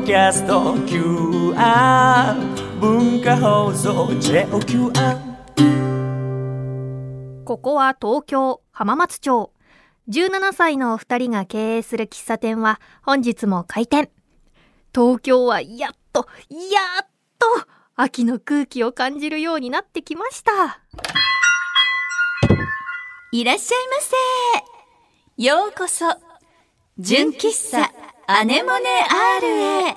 キャスト QR 文化放送 JOQR。 ここは東京浜松町。17歳のお二人が経営する喫茶店は本日も開店。東京はやっと秋の空気を感じるようになってきました。 いらっしゃいませ。ようこそ純喫茶アネモネ R へ。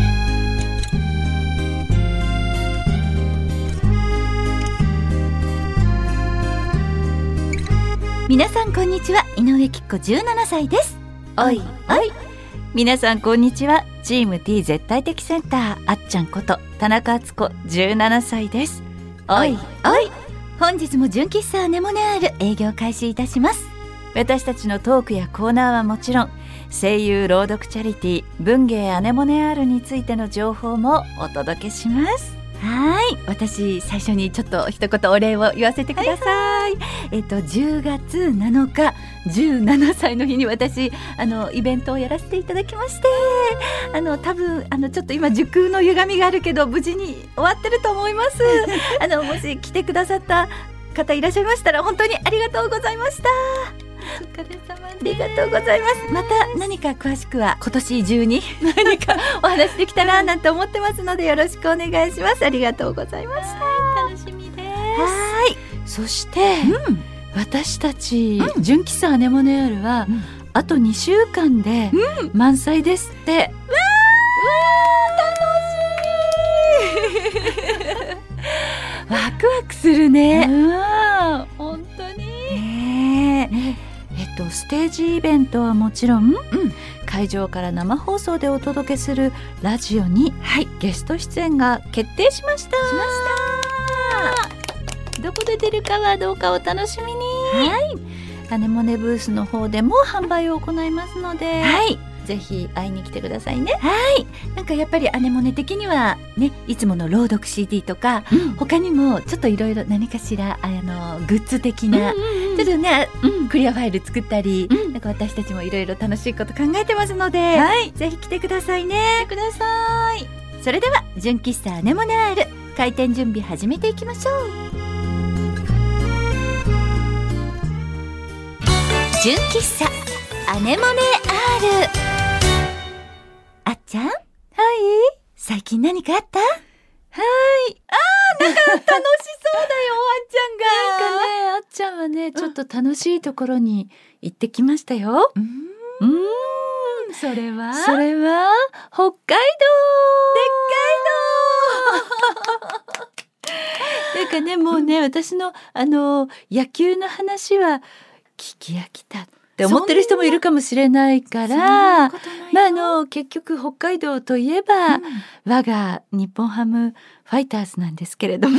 皆さんこんにちは、井上貴子17歳です。おいおい。皆さんこんにちは、チーム T 絶対的センターあっちゃんこと田中敦子17歳です。おいおい。本日も純喫茶アネモネ R 営業開始いたします。私たちのトークやコーナーはもちろん、声優朗読チャリティー文芸アネモネ R についての情報もお届けします。はい、私最初にちょっと一言お礼を言わせてください。10月7日17歳の日に私イベントをやらせていただきまして、多分ちょっと今時空の歪みがあるけど無事に終わってると思います。もし来てくださった方いらっしゃいましたら本当にありがとうございました。お疲れ様です。ありがとうございます。また何か詳しくは今年中に何かお話できたらなんて思ってますのでよろしくお願いします。ありがとうございました。楽しみです。はい。 そして、私たち、純喫茶アネモネ R は、あと2週間で満載ですって。 楽しみ。 ワクワクするね。 本当に。 ステージイベントはもちろん、会場から生放送でお届けするラジオに、ゲスト出演が決定しました。どこで出るかはどうかお楽しみに。アネモネブースの方でも販売を行いますので、ぜひ会いに来てくださいね。 なんかやっぱりアネモネ的にはね、いつもの朗読 CD とか、他にもちょっといろいろ何かしらグッズ的な、ちょっとね、クリアファイル作ったり、なんか私たちもいろいろ楽しいこと考えてますので、ぜひ来てくださいね。来てください。それでは純喫茶アネモネ R 開店準備始めていきましょう。純喫茶アネモネ R。あっちゃん、最近何かあった？なんか楽しそうだよ、あっちゃんが。 なんかね、あっちゃんはね、ちょっと楽しいところに行ってきましたよ。 それは北海道。なんかね、もうね、私の野球の話は聞き飽きたって思ってる人もいるかもしれないから、結局北海道といえば、我が日本ハムファイターズなんですけれども、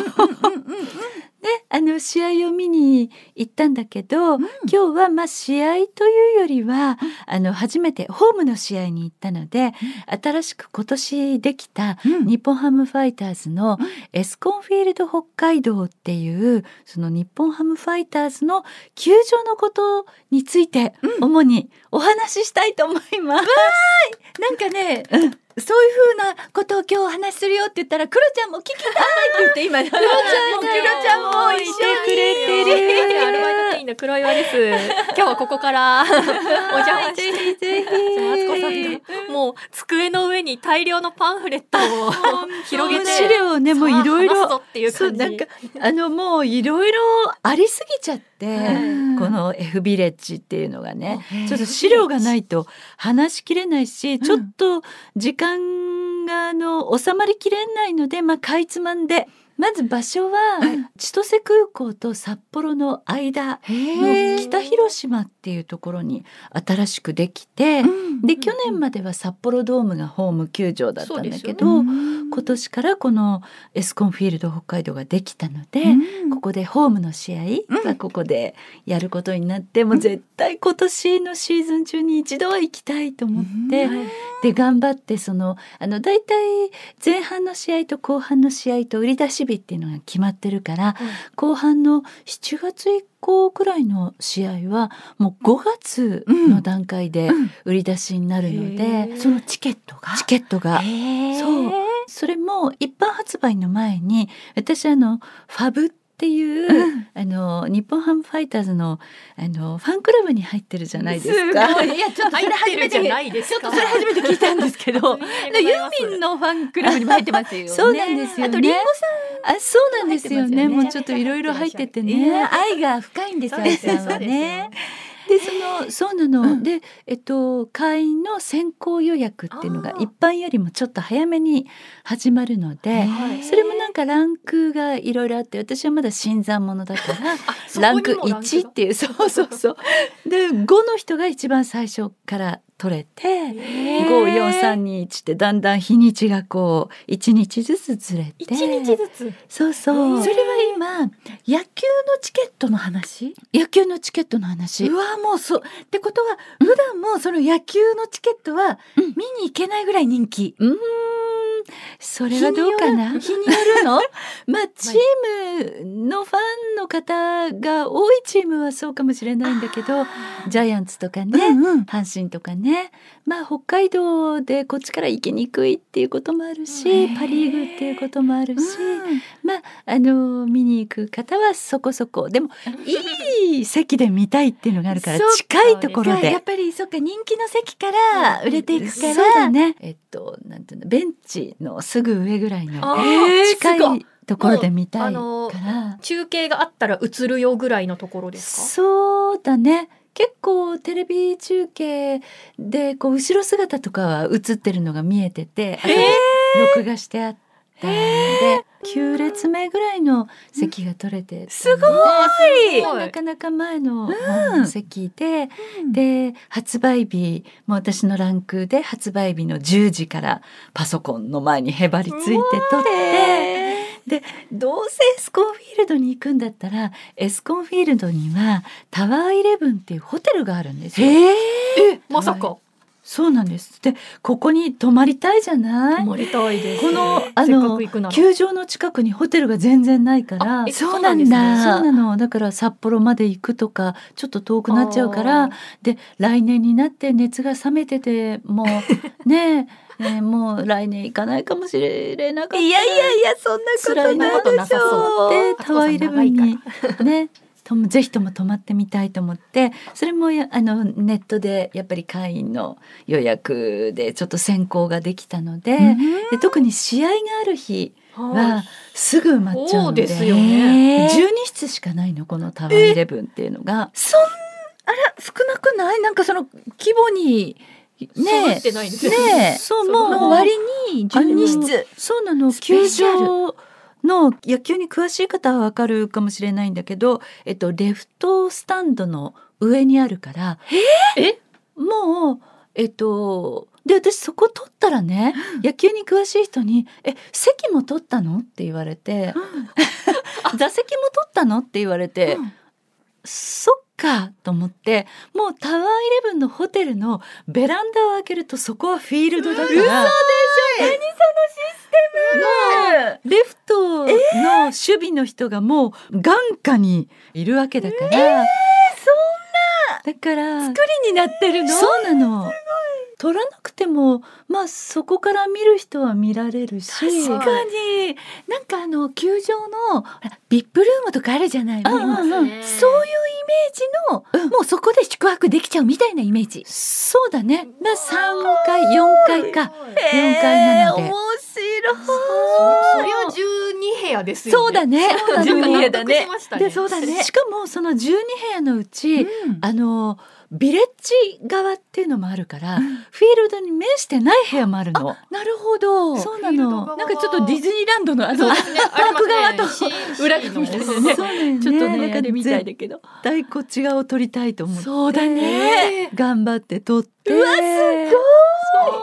試合を見に行ったんだけど、今日は試合というよりは初めてホームの試合に行ったので、新しく今年できた日本ハムファイターズのエスコンフィールド北海道っていう、その日本ハムファイターズの球場のことについて主にお話ししたいと思います。 なんかね、そういう風なことを今日お話しするよって言ったら、クロちゃんも聞きたいって言って今クロちゃんも一緒にいてくれてる。 アルバイト店員の黒岩です。今日はここからお邪魔してぜひマツコさんともう机の上に大量のパンフレットを広げて資料をね、もういろいろっていう感じ。 なんかもういろいろありすぎちゃって、この F ビレッジっていうのがね、ちょっと資料がないと話しきれないし、ちょっと時間が収まりきれないので、かいつまんで、まず場所は千歳空港と札幌の間の北広島っていうところに新しくできて、で去年までは札幌ドームがホーム球場だったんだけど、今年からこのエスコンフィールド北海道ができたので、 ここでホームの試合がここでやることになって、もう絶対今年のシーズン中に一度は行きたいと思って、で頑張ってだいたい前半の試合と後半の試合と売り出し日っていうのが決まってるから、後半の7月以降くらいの試合はもう5月の段階で売り出しになるので、 そのチケットがそうそれも一般発売の前に私ファブっていう、日本ハムファイターズのファンクラブに入ってるじゃないですか。 すごい。いやちょっとそれ初めて聞いたんですけど、ユーミンのファンクラブにも入ってますよね。 そうなんですよね。 あとリンゴさん、 そうなんですよね。もうちょっといろいろ入っててね。 愛が深いんですよ、愛さんはね。 でそうなの、で会員の先行予約っていうのが一般よりもちょっと早めに始まるので、それもなんかランクがいろいろあって、私はまだ新参者だからランク1っていう、そうで5の人が一番最初から取れて、54321ってだんだん日にちがこう1日ずつずれて、 1日ずつ、 そうそれは今野球のチケットの話？ 野球のチケットの話。 うわ、もうそうってことは普段もその野球のチケットは見に行けないぐらい人気。 それはどうかな。 日によるの？ まあチームのファンの方が多いチームはそうかもしれないんだけど、ジャイアンツとかね、阪神とかね、まあ北海道でこっちから行きにくいっていうこともあるし、パリーグっていうこともあるし、まあ見に行く方はそこそこでもいい席で見たいっていうのがあるから、近いところでやっぱりそっか、人気の席から売れていくから、 そうだね。なんていうの、ベンチのすぐ上ぐらいの近いところで見たいから、 中継があったら映るよぐらいのところですか？ そうだね。結構テレビ中継でこう後ろ姿とかは映ってるのが見えてて、録画してあったので9列目ぐらいの席が取れて、 すごいなかなか前の席で、で発売日も私のランクで発売日の10時からパソコンの前にへばりついて撮って、でどうせエスコンフィールドに行くんだったら、エスコンフィールドにはタワー11っていうホテルがあるんですよ。 まさか。 そうなんです。でここに泊まりたいじゃない？ 泊まりたいです。 この球場の近くにホテルが全然ないから。 そうなんだ。 そうなの。だから札幌まで行くとかちょっと遠くなっちゃうから、で来年になって熱が冷めててもうねもう来年行かないかもしれなかった。 いやそんなことないでしょ。 でタワー11にねぜひとも泊まってみたいと思って、それもネットでやっぱり会員の予約でちょっと先行ができたので、で特に試合がある日はすぐ埋まっちゃうので、 そうですよね。 12室しかないの、このタワー11っていうのが。 あら少なくない？なんかその規模にねってないですよね。そうもう割に12室。 そうなの。球場の野球に詳しい方はわかるかもしれないんだけど、レフトスタンドの上にあるから、もうで私そこ取ったらね、野球に詳しい人に席も取ったのって言われて、座席も取ったのって言われて、そっかと思って、もうタワー11のホテルのベランダを開けるとそこはフィールドだから。嘘でしょ。何そのシステム。レフトの守備の人がもう眼下にいるわけだから、そんなだから作りになってるの？ そうなの。取らなくてもまあそこから見る人は見られるし、 確かになんか球場のビップルームとかあるじゃないの、そういうイメージの、もうそこで宿泊できちゃうみたいなイメージ。 そうだね。まあ3階4階か、4階なので面白い。 そりゃ12部屋ですよね。 そうだね。 12部屋だね。 でそうだね。 しかもその12部屋のうち、ビレッジ側っていうのもあるから、フィールドに面してない部屋もあるの。 なるほど。 そうなの。 なんかちょっとディズニーランドのパーク側と裏側みたいなね。 ちょっとね、 中で見たいだけど。 絶対こっち側を撮りたいと思って。 そうだね。 頑張って撮って。 うわすごい。 そう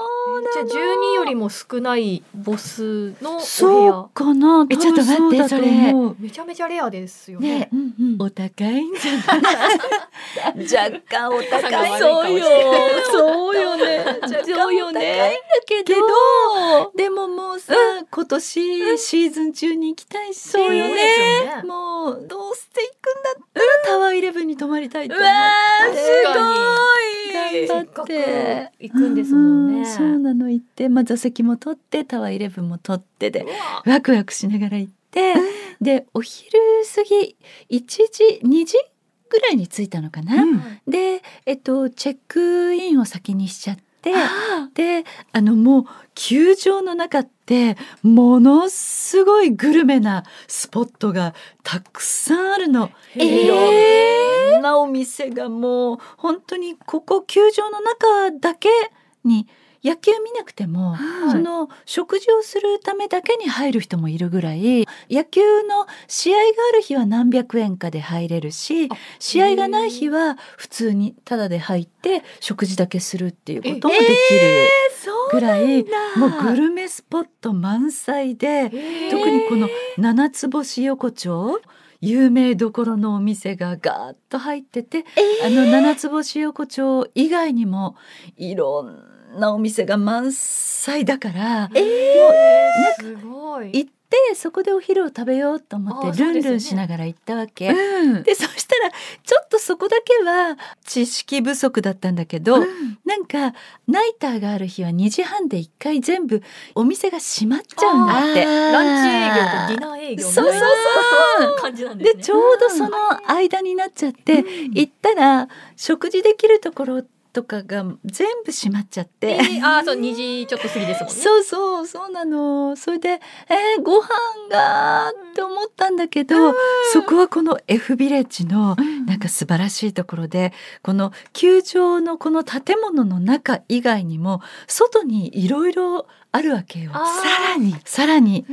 じゃあ12よりも少ないボスのお部そう屋。 かな。 ちょっと待って多分うだと思うめちゃめちゃレアですよね。 ねお高いんじゃない若干お高い。 そうよそうよね。 そうよね。 けどでももうさ、今年シーズン中に行きたいし、 そうよねですよね。 もうどうして行くんだったらタワーイレブンに泊まりたいと思っうわーて。 確か頑張っせっかくて行くんですもんね。 そうなの。行って、座席も取ってタワーイレブンも取ってでうわワクワクしながら行って、でお昼過ぎ1時2時ぐらいに着いたのかな。でチェックインを先にしちゃって、でもう球場の中ってものすごいグルメなスポットがたくさんあるの。いろんなお店がもう本当にここ球場の中だけに野球見なくても、その食事をするためだけに入る人もいるぐらい、野球の試合がある日は何百円かで入れるし、試合がない日は普通にタダで入って食事だけするっていうこともできるぐらい、もうグルメスポット満載で、特にこの七つ星横丁有名どころのお店がガーッと入ってて、七つ星横丁以外にもいろんなお店が満載だから、 すごい。 行ってそこでお昼を食べようと思ってルンルンしながら行ったわけ。でそしたらちょっとそこだけは知識不足だったんだけど、なんかナイターがある日は2時半で1回全部お店が閉まっちゃうんだって。 ランチ営業とディナー営業みたいな感じなんですね。 でちょうどその間になっちゃって、行ったら食事できるところとかが全部閉まっちゃって、 そう2時ちょっと過ぎですもんね。 そうなの。それでご飯がって思ったんだけど、そこはこの F ビレッジのなんか素晴らしいところで、この球場のこの建物の中以外にも外にいろいろあるわけよ。さらに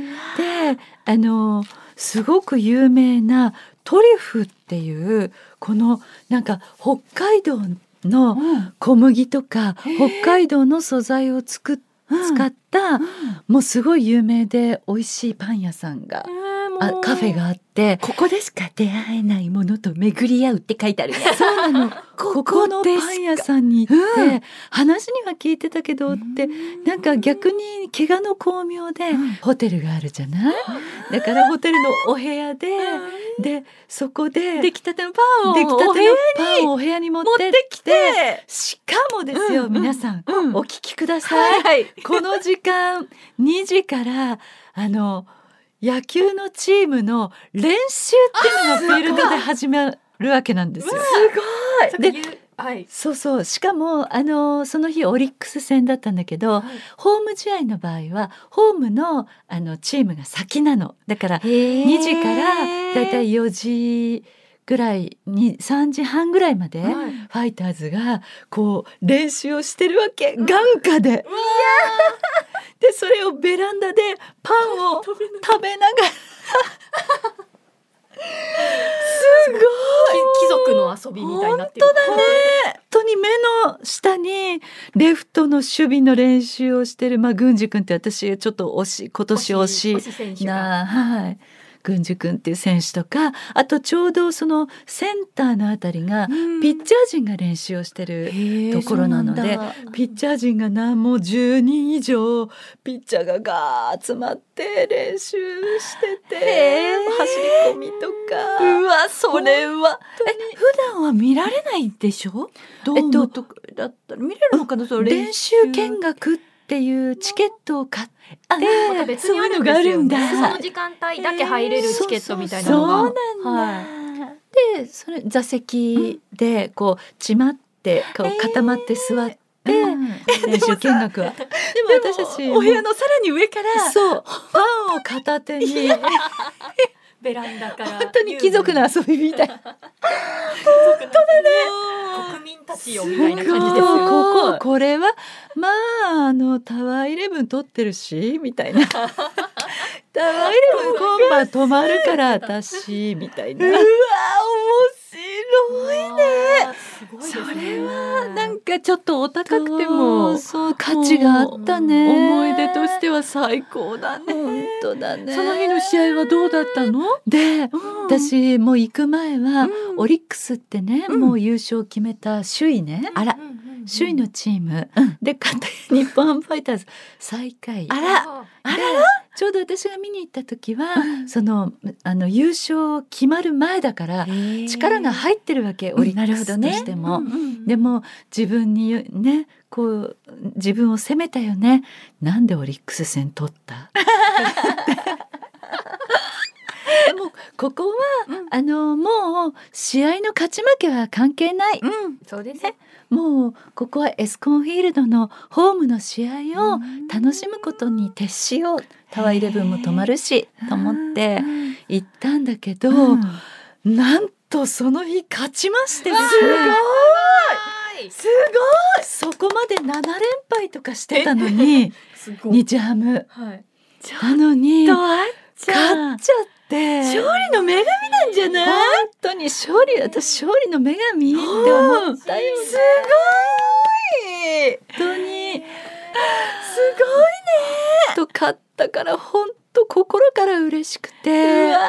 ですごく有名なトリュフっていうこのなんか北海道の小麦とか北海道の素材を使ったもうすごい有名で美味しいパン屋さんがカフェがあって、 ここでしか出会えないものと巡り合うって書いてあるね。 そうなの。ここのパン屋さんに行って、話には聞いてたけどって、なんか逆に怪我の巧妙で、ホテルがあるじゃない。だからホテルのお部屋で、でそこで出来たてのパンをお部屋に持ってきて、しかもですよ、皆さん、お聞きください。この時間2時から野球のチームの練習っていうのがフィールドで始まるわけなんですよ。すごい。でそうしかもその日オリックス戦だったんだけど、ホーム試合の場合はホームのチームが先なの。だから2時からだいたい4時ぐらいに3時半ぐらいまでファイターズがこう練習をしてるわけ、眼下で。でそれをベランダでパンを食べながらすごい貴族の遊びみたいになってる。 本当に目の下にレフトの守備の練習をしてる、郡司君って私ちょっと今年推しな、郡司君っていう選手とか、あとちょうどそのセンターのあたりがピッチャー陣が練習をしてるところなので、ピッチャー陣がもう10人以上ピッチャーがガー集まって練習してて、走り込みとか。 うわ、それは普段は見られないでしょ。 ドームとかだったら見れるのかな。それ練習見学っていうチケットを買って、 別にあるんですよね。その時間帯だけ入れるチケットみたいなのが。 そうなんだ。でそれ座席でこうちまってこう固まって座って、練習見学は。でも私たちお部屋のさらに上からそうパンを片手にベランダから本当に貴族の遊びみたい。本当だね。国民たちよみたいな感じですよ。 これはタワーイレブン撮ってるしみたいな。タワーイレブン今晩泊まるから私みたいな。 うわ面白ごいね。 すごいですね。 それはなんかちょっとお高くてもそう価値があったね。 思い出としては最高だね。 本当だね。 その日の試合はどうだったの？ で、私もう行く前は、オリックスってね、もう優勝決めた首位ね、 あら、 首位のチーム、で勝った日本ハムファイターズ最下位。 あら、 でちょうど私が見に行った時は、その優勝決まる前だから力が入ってるわけ、オリックスとしても。でも自分にね、こう自分を責めたよね。なんでオリックス戦取った？でもここは、もう試合の勝ち負けは関係ない。 そうですね。 もうここはエスコンフィールドのホームの試合を楽しむことに徹しよう。タワーイレブンも泊まるしと思って行ったんだけど、なんとその日勝ちましてですね。すごい。そこまで7連敗とかしてたのにすごい。 日ハム、 はい。 なのにあっ勝っちゃって勝利の女神なんじゃない？ 本当に私勝利の女神って思ったよね。 すごい。 本当にすごいね。 と勝ったから本当心から嬉しくて、もう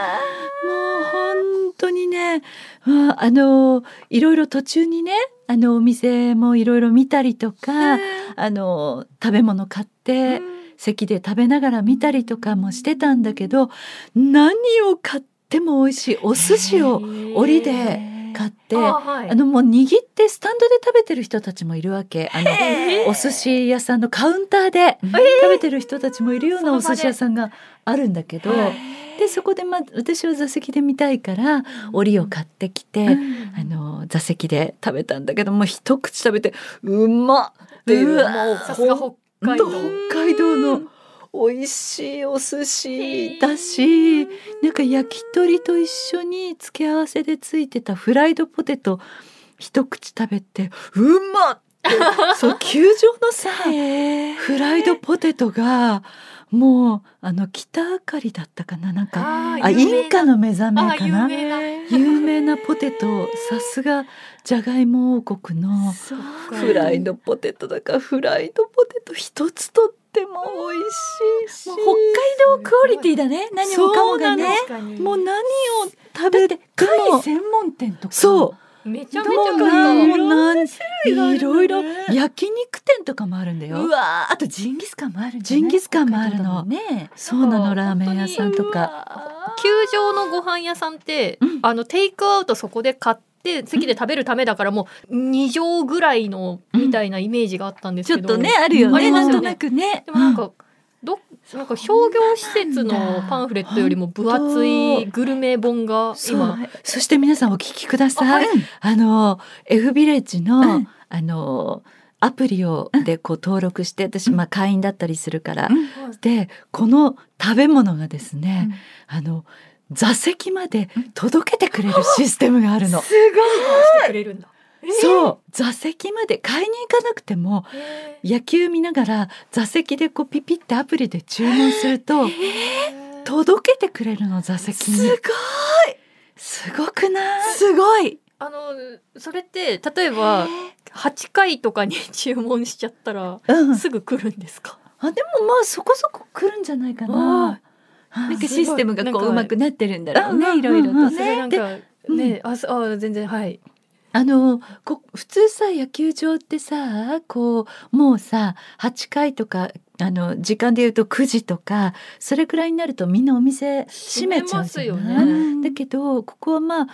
本当にね、いろいろ途中にね、お店もいろいろ見たりとか、食べ物買って席で食べながら見たりとかもしてたんだけど、何を買っても美味しいお寿司を折で買ってもう握ってスタンドで食べてる人たちもいるわけ。お寿司屋さんのカウンターで食べてる人たちもいるようなお寿司屋さんがあるんだけど、でそこで私は座席で見たいから折りを買ってきて、座席で食べたんだけども、一口食べてうまっっていう、もうさすが北海道。 北海道の美味しいお寿司だし、なんか焼き鳥と一緒に付け合わせでついてたフライドポテト一口食べてうまっってそう球場のさフライドポテトがもう北あかりだったかな、なんかインカの目覚めかな、有名なポテト、さすがじゃがいも王国のフライドポテトだから、フライドポテト一つとっても美味しいし、 もう北海道クオリティだね。何もかもがね。 もう何を食べて貝専門店とか。 そうめちゃめちゃいろいろ焼肉店とかもあるんだよ。 うわ、あとジンギスカンもあるんじゃない？ ジンギスカンもあるのね。 そうなの、ラーメン屋さんとか。 球場のご飯屋さんって、テイクアウトそこで買って席で食べるためだから、もう2畳ぐらいのみたいなイメージがあったんですけど、 ちょっとねあるよね、なんとありますよね。 なくね。 でもなんか商業施設のパンフレットよりも分厚いグルメ本が今。 そして皆さんお聞きください。F ビレッジの、アプリでこう登録して、私会員だったりするから、でこの食べ物がですね、座席まで届けてくれるシステムがあるの。 すごいしてくれるんだ。 そう座席まで買いに行かなくても、野球見ながら座席でこうピピってアプリで注文すると届けてくれるの、座席に。すごくない？ すごい。 それって例えば8回とかに注文しちゃったら、すぐ来るんですか？ でもそこそこ来るんじゃないかな。 なんかシステムがこううまくなってるんだろうね、いろいろとそれなんかね、全然普通さ野球場ってさ、こうもうさ8回とか時間でいうと9時とかそれくらいになるとみんなお店閉めちゃうじゃない？だけどここは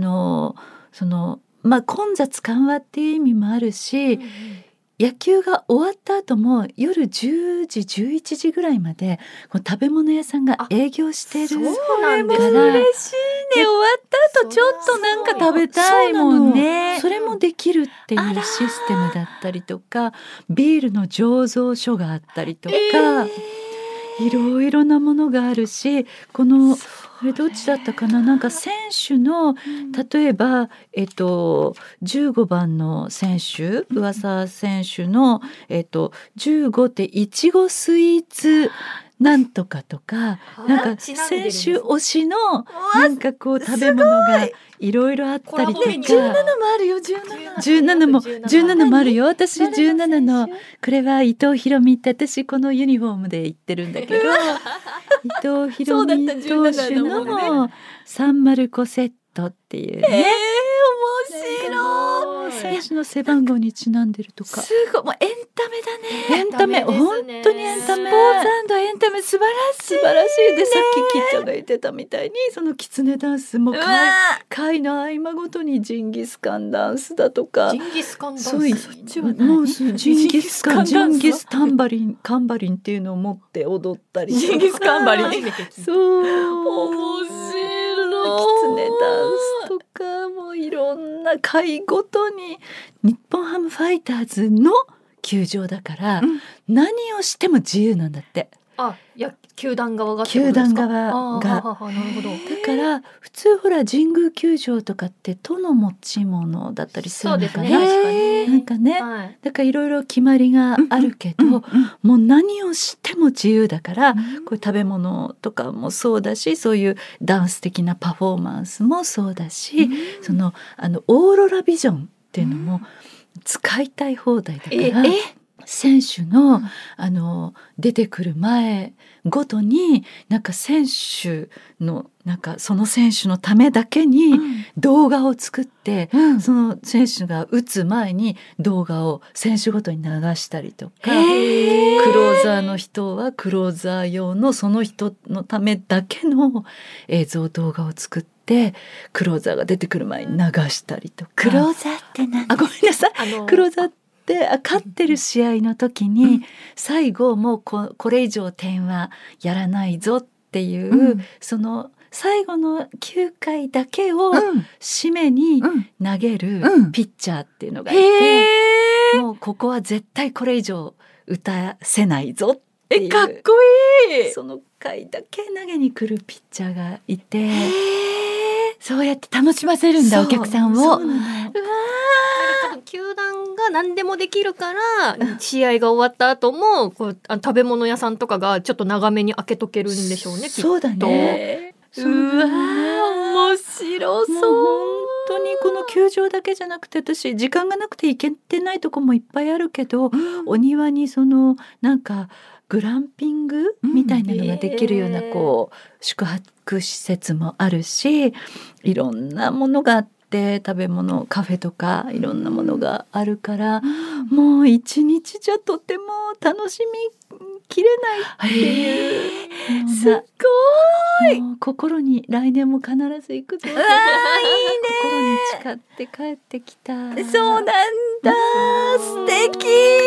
混雑緩和っていう意味もあるし、野球が終わった後も夜10時11時ぐらいまでこう食べ物屋さんが営業してる。 そうなんですね。 嬉しいね。終わった後ちょっとなんか食べたいもんね。 それもできるっていうシステムだったりとか、ビールの醸造所があったりとか、いろいろなものがあるし、このどっちだったかな、なんか選手の例えば15番の選手、上沢選手の15っていちごスイーツなんとかとか、なんか先週推しのなんかこう食べ物がいろいろあったりとか、 17もあるよ。 17もあるよ。私17のこれは伊藤博美って、私このユニフォームで行ってるんだけど伊藤博美投手のサンマルコセットっていうね、選手の背番号にちなんでるとか、 すごい、もうエンタメだね。 エンタメ、本当にエンタメ、 スポーツ&エンタメ素晴らしい。 素晴らしいで、さっきキッちゃんが言ってたみたいに、そのキツネダンスも回の合間ごとにジンギスカンダンスだとか、 ジンギスカンダンス、 そういうもうジンギスカン、ジンギスタンバリン、カンバリンっていうのを持って踊ったりとか、 ジンギスカンバリンそう面白い。 キツネダンスとか、もういろんな回ごとに、日本ハムファイターズの球場だから、何をしても自由なんだって。 いや、球団側がってことですか？ 球団側が。 なるほど。 だから普通ほら神宮球場とかって都の持ち物だったりするのかな。 そうですね、確かに。 なんかね、 はい、 だからいろいろ決まりがあるけど、もう何をしても自由だから、こういう食べ物とかもそうだし、そういうダンス的なパフォーマンスもそうだし、そのオーロラビジョンっていうのも使いたい放題だから、選手の出てくる前ごとに、なんか選手のなんかその選手のためだけに動画を作って、その選手が打つ前に動画を選手ごとに流したりとか、クローザーの人はクローザー用のその人のためだけの映像動画を作って、クローザーが出てくる前に流したりとか。 クローザーって何？ ごめんなさい、クローザーで勝ってる試合の時に、最後もうこれ以上点はやらないぞっていう、その最後の9回だけを締めに投げるピッチャーっていうのがいて、もうここは絶対これ以上打たせないぞっていう、 かっこいい。 その回だけ投げに来るピッチャーがいて、 そうやって楽しませるんだ、お客さんを。 そうなの。 球団が何でもできるから、試合が終わった後もこう食べ物屋さんとかがちょっと長めに開けとけるんでしょうね。 そうだね。 面白そう。 もう本当にこの球場だけじゃなくて、私時間がなくて行けてないとこもいっぱいあるけど、お庭にそのなんかグランピングみたいなのができるようなこう宿泊施設もあるし、いろんなものがあって、食べ物、カフェとかいろんなものがあるから、もう一日じゃとても楽しみきれないっていう、 すごい。 もう心に来年も必ず行くぞ。 いいね。 心に誓って帰ってきた。 そうなんだ。素敵。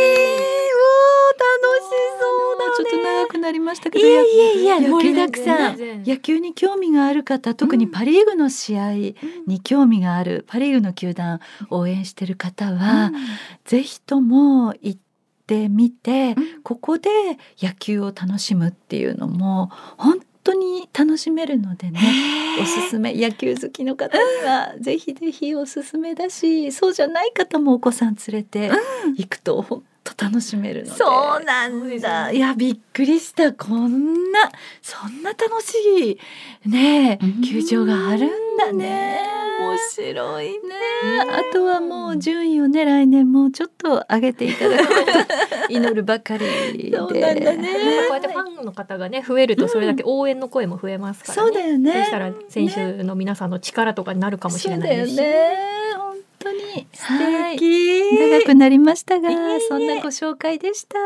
楽しそうだね。 ちょっと長くなりましたけど、 いや盛りだくさん。 野球に興味がある方、特にパリーグの試合に興味がある、パリーグの球団を応援している方は、ぜひとも行ってみて、ここで野球を楽しむっていうのも本当に楽しめるのでね、おすすめ、野球好きの方にはぜひぜひおすすめだし、そうじゃない方もお子さん連れて行くと本当楽しめるので。 そうなんだ。いや、びっくりした。そんな楽しいね球場があるんだね。面白いね。 あとはもう順位をね、来年もちょっと上げていただくと祈るばかりで。 そうなんだね。 こうやってファンの方がね増えると、それだけ応援の声も増えますからね。 そうだよね。 そしたら選手の皆さんの力とかになるかもしれないですし。 そうだよね。本当に素敵。 長くなりましたが、そんなご紹介でした。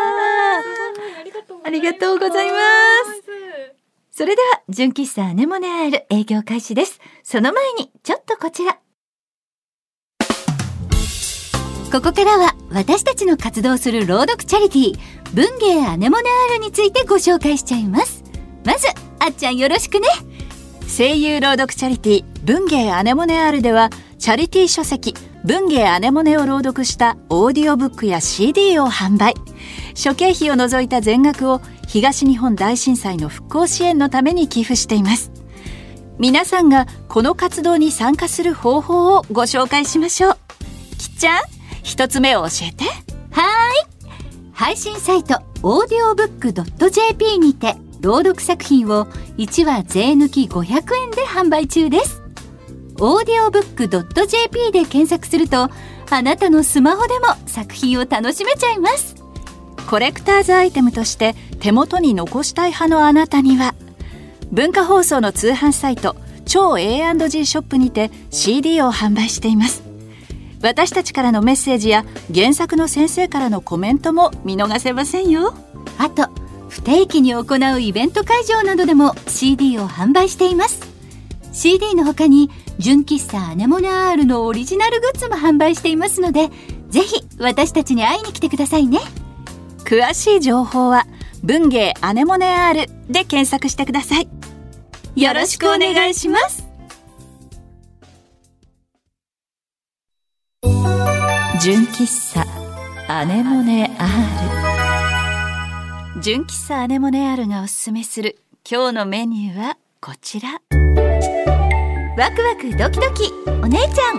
ありがとうございます。それでは純喫茶アネモネアール営業開始です。その前にちょっとこちら。ここからは私たちの活動する朗読チャリティー文芸アネモネアールについてご紹介しちゃいます。まずあっちゃんよろしくね。声優朗読チャリティー文芸アネモネアールでは、チャリティー書籍文芸アネモネを朗読したオーディオブックや CD を販売。諸経費を除いた全額を東日本大震災の復興支援のために寄付しています。皆さんがこの活動に参加する方法をご紹介しましょう。きっちゃん、一つ目を教えて。 配信サイト audiobook.jp にて朗読作品を1話税抜き500円で販売中です。 audiobook.jp で検索するとあなたのスマホでも作品を楽しめちゃいます。コレクターズアイテムとして手元に残したい派のあなたには文化放送の通販サイト超 A&G ショップにて CD を販売しています。私たちからのメッセージや原作の先生からのコメントも見逃せませんよ。あと不定期に行うイベント会場などでも CD を販売しています。 CD の他に純喫茶アネモネアールのオリジナルグッズも販売していますので、ぜひ私たちに会いに来てくださいね。詳しい情報は文芸アネモネアールで検索してください。よろしくお願いします。純喫茶アネモネアール。純喫茶アネモネアールがおすすめする今日のメニューはこちら。ワクワクドキドキお姉ちゃ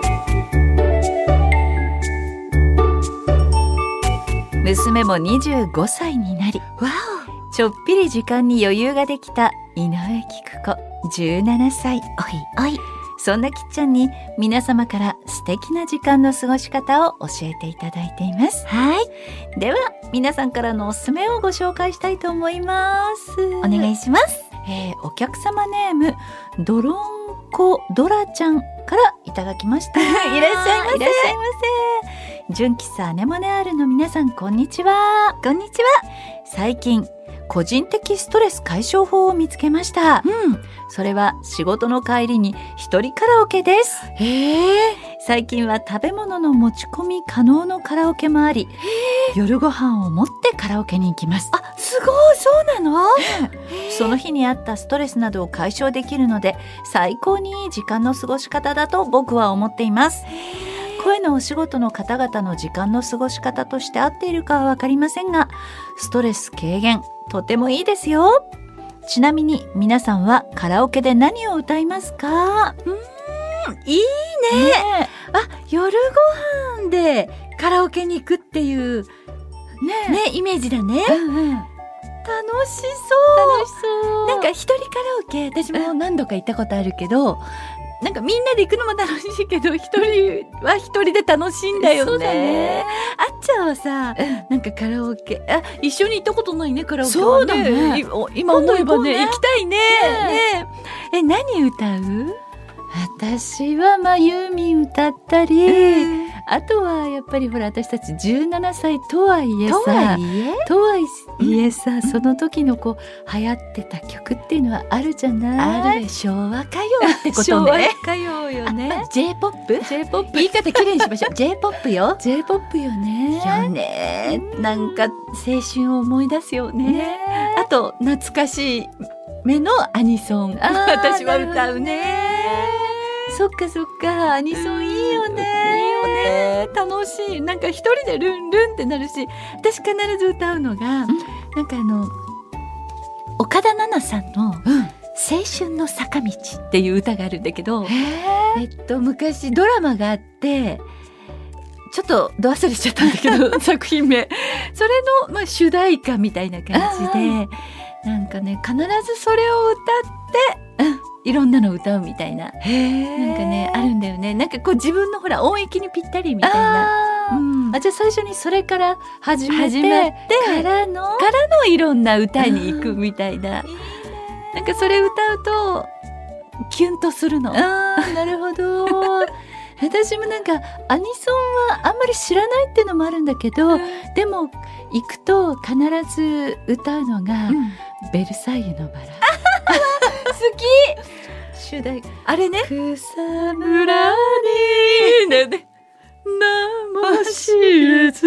ん。娘も25歳になり、ちょっぴり時間に余裕ができた井上菊子17歳。おいおい。そんなきっちゃんに皆様から素敵な時間の過ごし方を教えていただいています。はい。では皆さんからのおすすめをご紹介したいと思います。お願いします。お客様ネームドロンコドラちゃんからいただきました。いらっしゃいませ。いらっしゃいませ。純喫茶アネモネアールの皆さん、こんにちは。こんにちは。最近個人的ストレス解消法を見つけました。それは仕事の帰りに一人カラオケです。最近は食べ物の持ち込み可能のカラオケもあり、夜ご飯を持ってカラオケに行きます。あ、すごい、そうなの？その日にあったストレスなどを解消できるので、最高にいい時間の過ごし方だと僕は思っています。声のお仕事の方々の時間の過ごし方として合っているかはわかりませんが、ストレス軽減とてもいいですよ。ちなみに皆さんはカラオケで何を歌いますか？いいね。あ、夜ご飯でカラオケに行くっていうねイメージだね。楽しそう。楽しそう。なんか一人カラオケ、私も何度か行ったことあるけど、なんかみんなで行くのも楽しいけど、一人は一人で楽しいんだよね。そうだね。あっちゃんはさ、なんかカラオケ、一緒に行ったことないね、カラオケはね。そうだね。今思えばね、行きたいね。何歌う？私はユーミン歌ったり、あとはやっぱりほら、私たち17歳とはいえさ、その時の流行ってた曲っていうのはあるじゃない？ある。昭和歌謡ってことね。昭和歌謡よね。J-POP？ 言い方きれいにしましょう。J-POP よ。J-POP よね。よね。なんか青春を思い出すよね。あと懐かしい目のアニソン。私は歌うね。そっかそっか、アニソンいいよね。いいよね。楽しい。なんか一人でルンルンってなるし、私必ず歌うのが、なんか岡田奈々さんの青春の坂道っていう歌があるんだけど、昔ドラマがあって、ちょっとど忘れしちゃったんだけど作品名、それの主題歌みたいな感じで、なんかね、必ずそれを歌って、いろんなの歌うみたいな、なんかね、あるんだよね。なんか自分のほら音域にぴったりみたいな。じゃあ最初にそれから始めてからのいろんな歌に行くみたいな。なんかそれ歌うとキュンとするの。なるほど。私もなんかアニソンはあんまり知らないっていうのもあるんだけど、でも行くと必ず歌うのが、ベルサイユのバラ。好き。主題あれね。草むらにね名も知れず。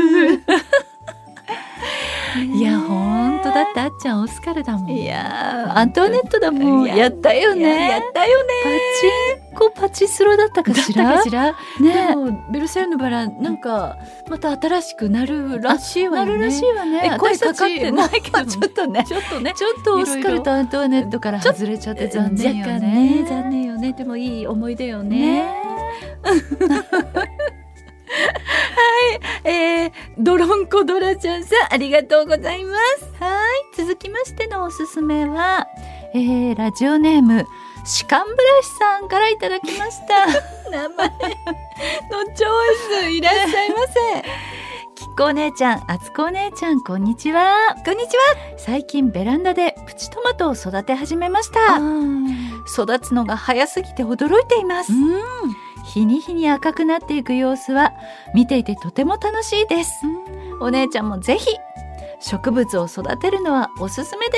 いや本当だってあっちゃんオスカルだもん。いやアントワネットだもん。やったよね。やったよね。パチンコパチスロだったかしら。ね。でもベルサイユのバラなんかまた新しくなるらしいわよね。なるらしいわね。声かかってないけど、ちょっとね。ちょっとオスカルとアントワネットから外れちゃって残念よね。残念よね。でもいい思い出よね。はい、 ドロンコドラちゃんさん、ありがとうございます。はい、続きましてのおすすめは、ラジオネームシカンブラシさんからいただきました名前のチョイス、いらっしゃいませ。きっこお姉ちゃん、あつこお姉ちゃん、こんにちは。 こんにちは。 最近ベランダでプチトマトを育て始めました。育つのが早すぎて驚いています。日に日に赤くなっていく様子は見ていてとても楽しいです。お姉ちゃんもぜひ植物を育てるのはおすすめです。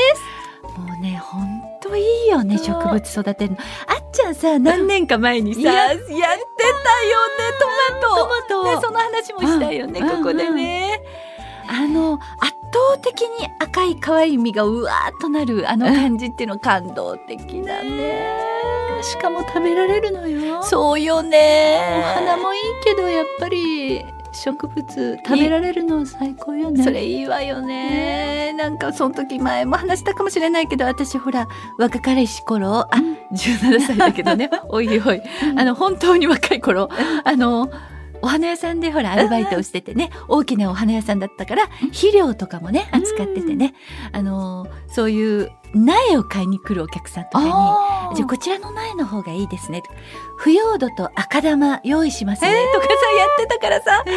もうね、ほんといいよね、植物育てるの。あっちゃんさ、何年か前にさ、やってたよね、トマト、ね、その話もしたよね、ここでね。圧倒的に赤い可愛い実がうわーっとなるあの感じっていうの感動的だね。しかも食べられるのよ。そうよね。お花もいいけどやっぱり植物食べられるの最高よね。それいいわよね。なんかその時前も話したかもしれないけど、私ほら若かりし頃、17歳だけどねおいおい、本当に若い頃、お花屋さんでほらアルバイトをしててね、大きなお花屋さんだったから肥料とかもね扱っててね、そういう苗を買いに来るお客さんとかに、じゃあこちらの苗の方がいいですねとか、腐葉土と赤玉用意しますねとかさ、やってたからさ、楽しか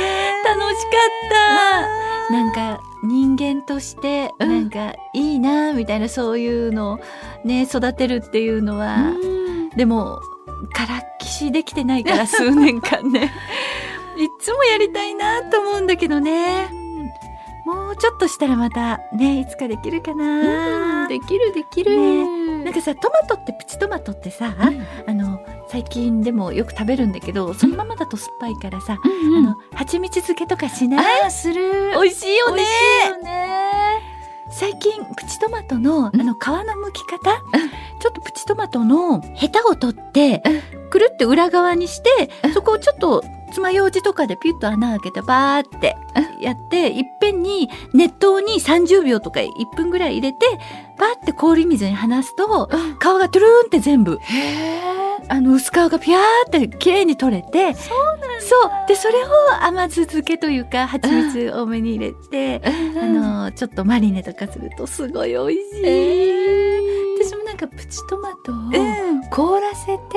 った。なんか人間としてなんかいいなみたいな、そういうのをね育てるっていうのは、でもからっきしできてないから数年間ねいつもやりたいなと思うんだけどね。もうちょっとしたらまたね、いつかできるかな。できる、ね、なんかさ、トマトってプチトマトってさ、最近でもよく食べるんだけど、そのままだと酸っぱいからさ、蜂蜜漬けとかしない？する。美味しいよね。最近プチトマトの皮の剥き方、ちょっとプチトマトのヘタを取ってくるって裏側にして、そこをちょっと爪楊枝とかでピュッと穴開けてバーってやって、いっぺんに熱湯に30秒とか1分ぐらい入れてバーって氷水に離すと、皮がトゥルーンって全部薄皮がピャーって綺麗に取れて、そうで、それを甘酢漬けというか蜂蜜多めに入れて、ちょっとマリネとかするとすごい美味しい。私もなんかプチトマトを凍らせて、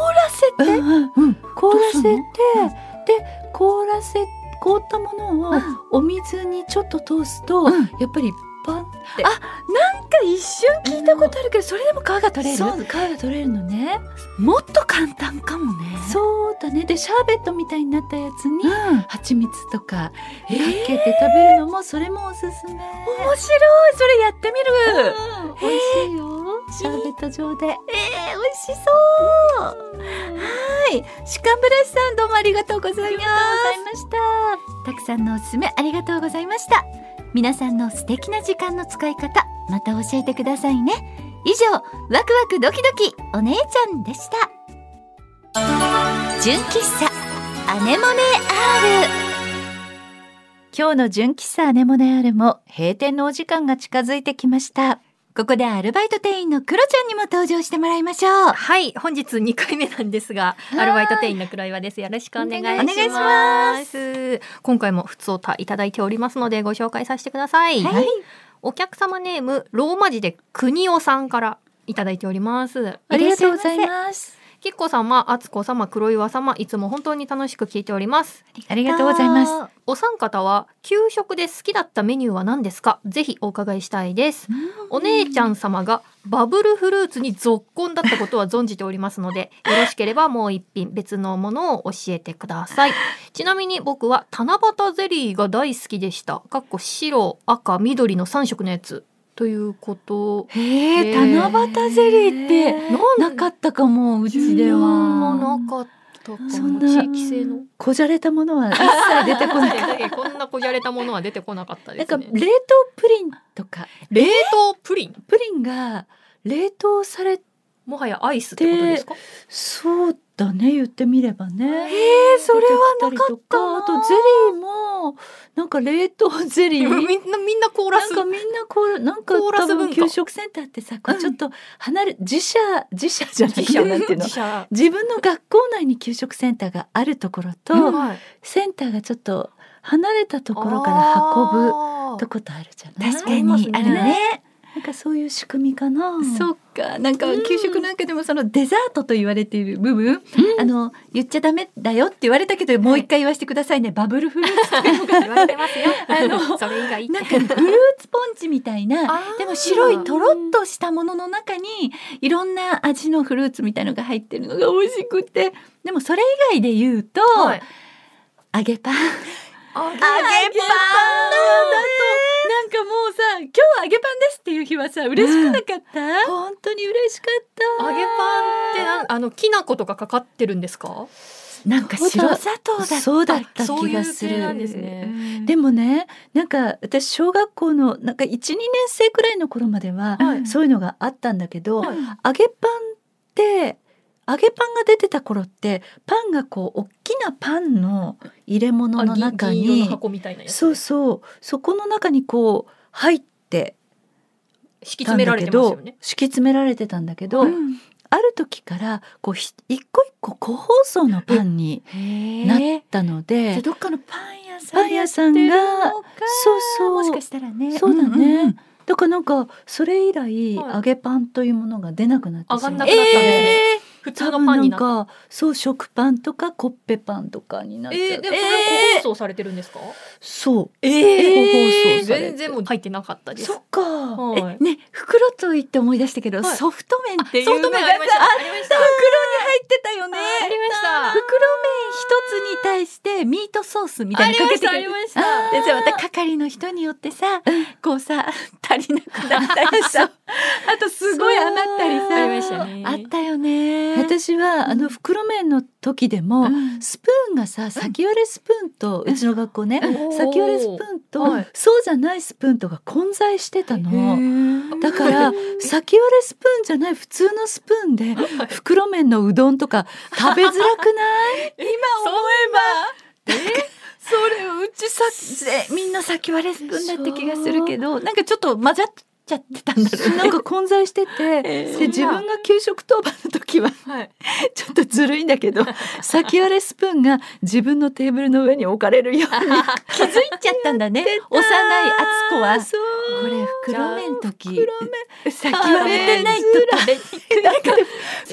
凍ったものをお水にちょっと通すと、やっぱりパンって、なんか一瞬聞いたことあるけど、それでも皮が取れる。そう、皮が取れるのね。もっと簡単かもね。そうだね。でシャーベットみたいになったやつに蜂蜜とかかけて食べるのも、それもおすすめ。面白い。それやってみる。美味しいよ。シャーベット状で。美味しそう。はい。シカンブラシさん、どうもありがとうございます。ありがとうございました。たくさんのおすすめありがとうございました。皆さんの素敵な時間の使い方、また教えてくださいね。以上、ワクワクドキドキお姉ちゃんでした。純喫茶アネモネ R。 今日の純喫茶アネモネ R も閉店のお時間が近づいてきました。ここでアルバイト店員のクロちゃんにも登場してもらいましょう。 はい、本日2回目なんですが、アルバイト店員の黒岩です。よろしくお願いします。今回もふつおたいただいておりますので、ご紹介させてください。はい、お客様ネームローマ字で国尾さんからいただいております。 ありがとうございます。 きっこ様、あつこ様、黒岩様、いつも本当に楽しく聞いております。 ありがとうございます。 お三方は給食で好きだったメニューは何ですか？ぜひお伺いしたいです。お姉ちゃん様がバブルフルーツにぞっこんだったことは存じておりますので、よろしければもう一品別のものを教えてください。ちなみに僕は七夕ゼリーが大好きでした。かっこ白、赤、緑の3色のやつということで。 七夕ゼリーってなかったかも、うちでは。 もなかったかも。 そんな地域性のこじゃれたものは一切出てこなかったこんなこじゃれたものは出てこなかったですね。 なんか冷凍プリンとか、 冷凍プリンが冷凍されて、 もはやアイスってことですか？ そうだね、言ってみればね。それはなかった。あとゼリーもなんか冷凍ゼリーみんなコーラス、 なんかコーラス文化。 給食センターってさ、こうちょっと離れ、自社じゃないなんていうの、自分の学校内に給食センターがあるところと、センターがちょっと離れたところから運ぶとことあるじゃない。 確かにあるね。 なんかそういう仕組みかな。 そっか、なんか給食なんかでもそのデザートと言われている部分、言っちゃダメだよって言われたけど、もう一回言わせてくださいね。バブルフルーツっていうのが言われてますよ。それ以外なんかフルーツポンチみたいな、でも白いとろっとしたものの中にいろんな味のフルーツみたいのが入ってるのが美味しくて、でもそれ以外で言うと、 はい、 揚げパン。 揚げパンなんかもうさ、今日は揚げパンですっていう日はさ、嬉しくなかった？ 本当に嬉しかった。 揚げパンってきな粉とかかかってるんですか？ なんか白砂糖だった。 そうだったそういう気がする。 系なんですね。 でもね、なんか私小学校のなんか 1,2 年生くらいの頃までは、そういうのがあったんだけど、揚げパンって揚げパンが出てた頃ってパンがこう大きなパンの入れ物の中に、 銀色の箱みたいなやつ、 そこの中にこう入って敷き詰められてますよね。 敷き詰められてたんだけど、ある時からこう一個一個個包装のパンになったので、 じゃあどっかのパン屋さんがそうもしかしたらね。 そうだね、だからなんかそれ以来、揚げパンというものが出なくなってしまう。 上がんなくなったんですね。普通のパンになった。 なんかそう食パンとかコッペパンとかになっちゃう。 でもそれは個包装されてるんですか？ そう。個包装されて全然もう入ってなかったです。 そっか。 ね、袋と言って思い出したけど、ソフト麺っていうのがさ、 ありました。 袋に入ってたよね。 ありました。 袋麺一つに対してミートソースみたいにかけてくれて、 ありました。 でさ、また係の人によってさ、こうさ足りなくなったりさ、あとすごい余ったりさ、 ありましたね。 あったよね。 私は袋麺の時でも、スプーンがさ、先割れスプーンと、うちの学校ね、先割れスプーンと、そうじゃないスプーンとが混在してたの。だから先割れスプーンじゃない普通のスプーンで袋麺のうどんとか食べづらくない？ 今思えばそれうちさみんな先割れスプーンだった気がするけど、なんかちょっと混ざっちゃってたんだろうね。 なんか混在してて、で自分が給食当番の時は、ちょっとずるいんだけど、先割れスプーンが自分のテーブルの上に置かれるように気づいちゃったんだね。幼い敦子はこれ袋麺時先割れてないと食べにくいから、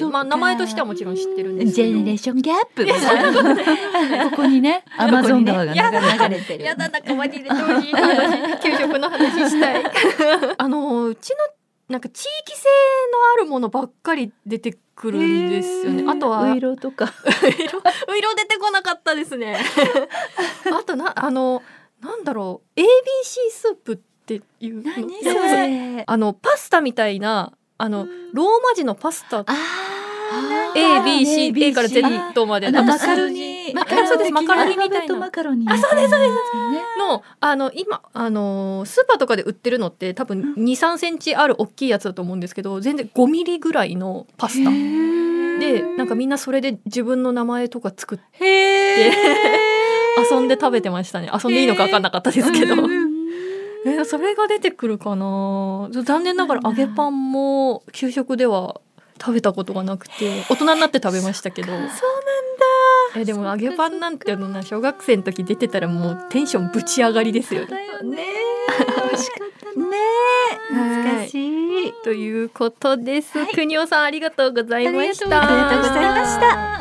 まあ名前としてはもちろん知ってるんですジけど、 ェネレーションギャップここにねアマゾン川が流れてる。 やだ、仲間に入れてほしい話、給食の話したい。うちのなんか地域性のあるものばっかり出てくるんですよね。あとはういろとかういろ出てこなかったですね。あとなんだろう、 ABC スープっていう何それ、 パスタみたいなローマ字のパスタ、Aから Z までマカロニマカロニみたいな、 マカロニそうですの今スーパーとかで売ってるのって多分 2,3 センチある大きいやつだと思うんですけど、全然5ミリぐらいのパスタで、なんかみんなそれで自分の名前とか作って遊んで食べてましたね。遊んでいいのか分かんなかったですけどそれが出てくるかな。残念ながら揚げパンも給食では食べたことがなくて、大人になって食べましたけど。そうなんだ。でも揚げパンなんて小学生の時出てたらもうテンションぶち上がりですよね。 美味しかったね。懐かしい、 ということです。国尾さんありがとうございました。 ありがとうございました。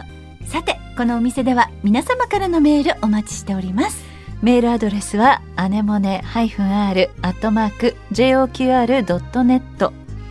さて、このお店では皆様からのメールお待ちしております。 メールアドレスはアネモネ-r@joqr.net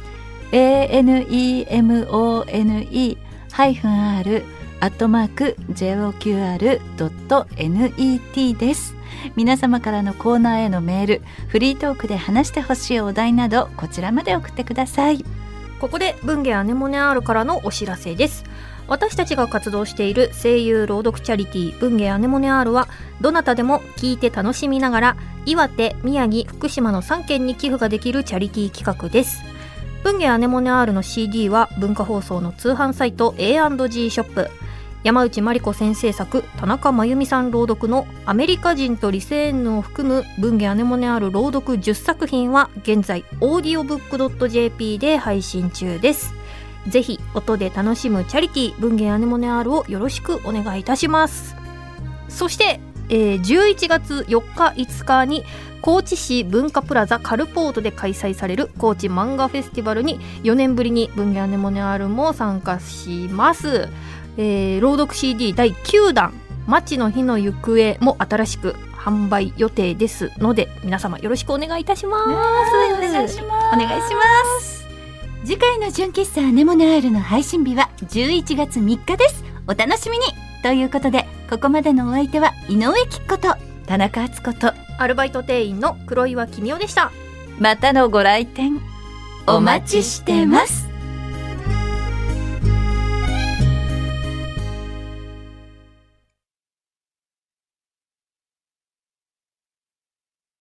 anemone-r@joqr.net です。皆様からのコーナーへのメール、フリートークで話してほしいお題などこちらまで送ってください。 ここで文芸アネモネ R からのお知らせです。私たちが活動している声優朗読チャリティー文芸アネモネ R は、どなたでも聞いて楽しみながら岩手、宮城、福島の3県に寄付ができるチャリティー企画です。文芸アネモネ R の CD は文化放送の通販サイト A&G ショップ、山内真理子先生作、田中真由美さん朗読のアメリカ人とリセーヌを含む文芸アネモネ R 朗読10作品は現在 audiobook.jp で配信中です。ぜひ音で楽しむチャリティー文芸アネモネ R をよろしくお願いいたします。そして 11月4日5日に高知市文化プラザカルポートで開催される高知漫画フェスティバルに4年ぶりに文芸アネモネアルも参加します。朗読 CD 第9弾街の日の行方も新しく販売予定ですので、皆様よろしくお願いいたします。 お願いします。次回の純喫茶アネモネアールの配信日は11月3日です。お楽しみに。ということで、ここまでのお相手は井上貴子と田中敦子とアルバイト店員の黒岩君代でした。 またのご来店お待ちしてます。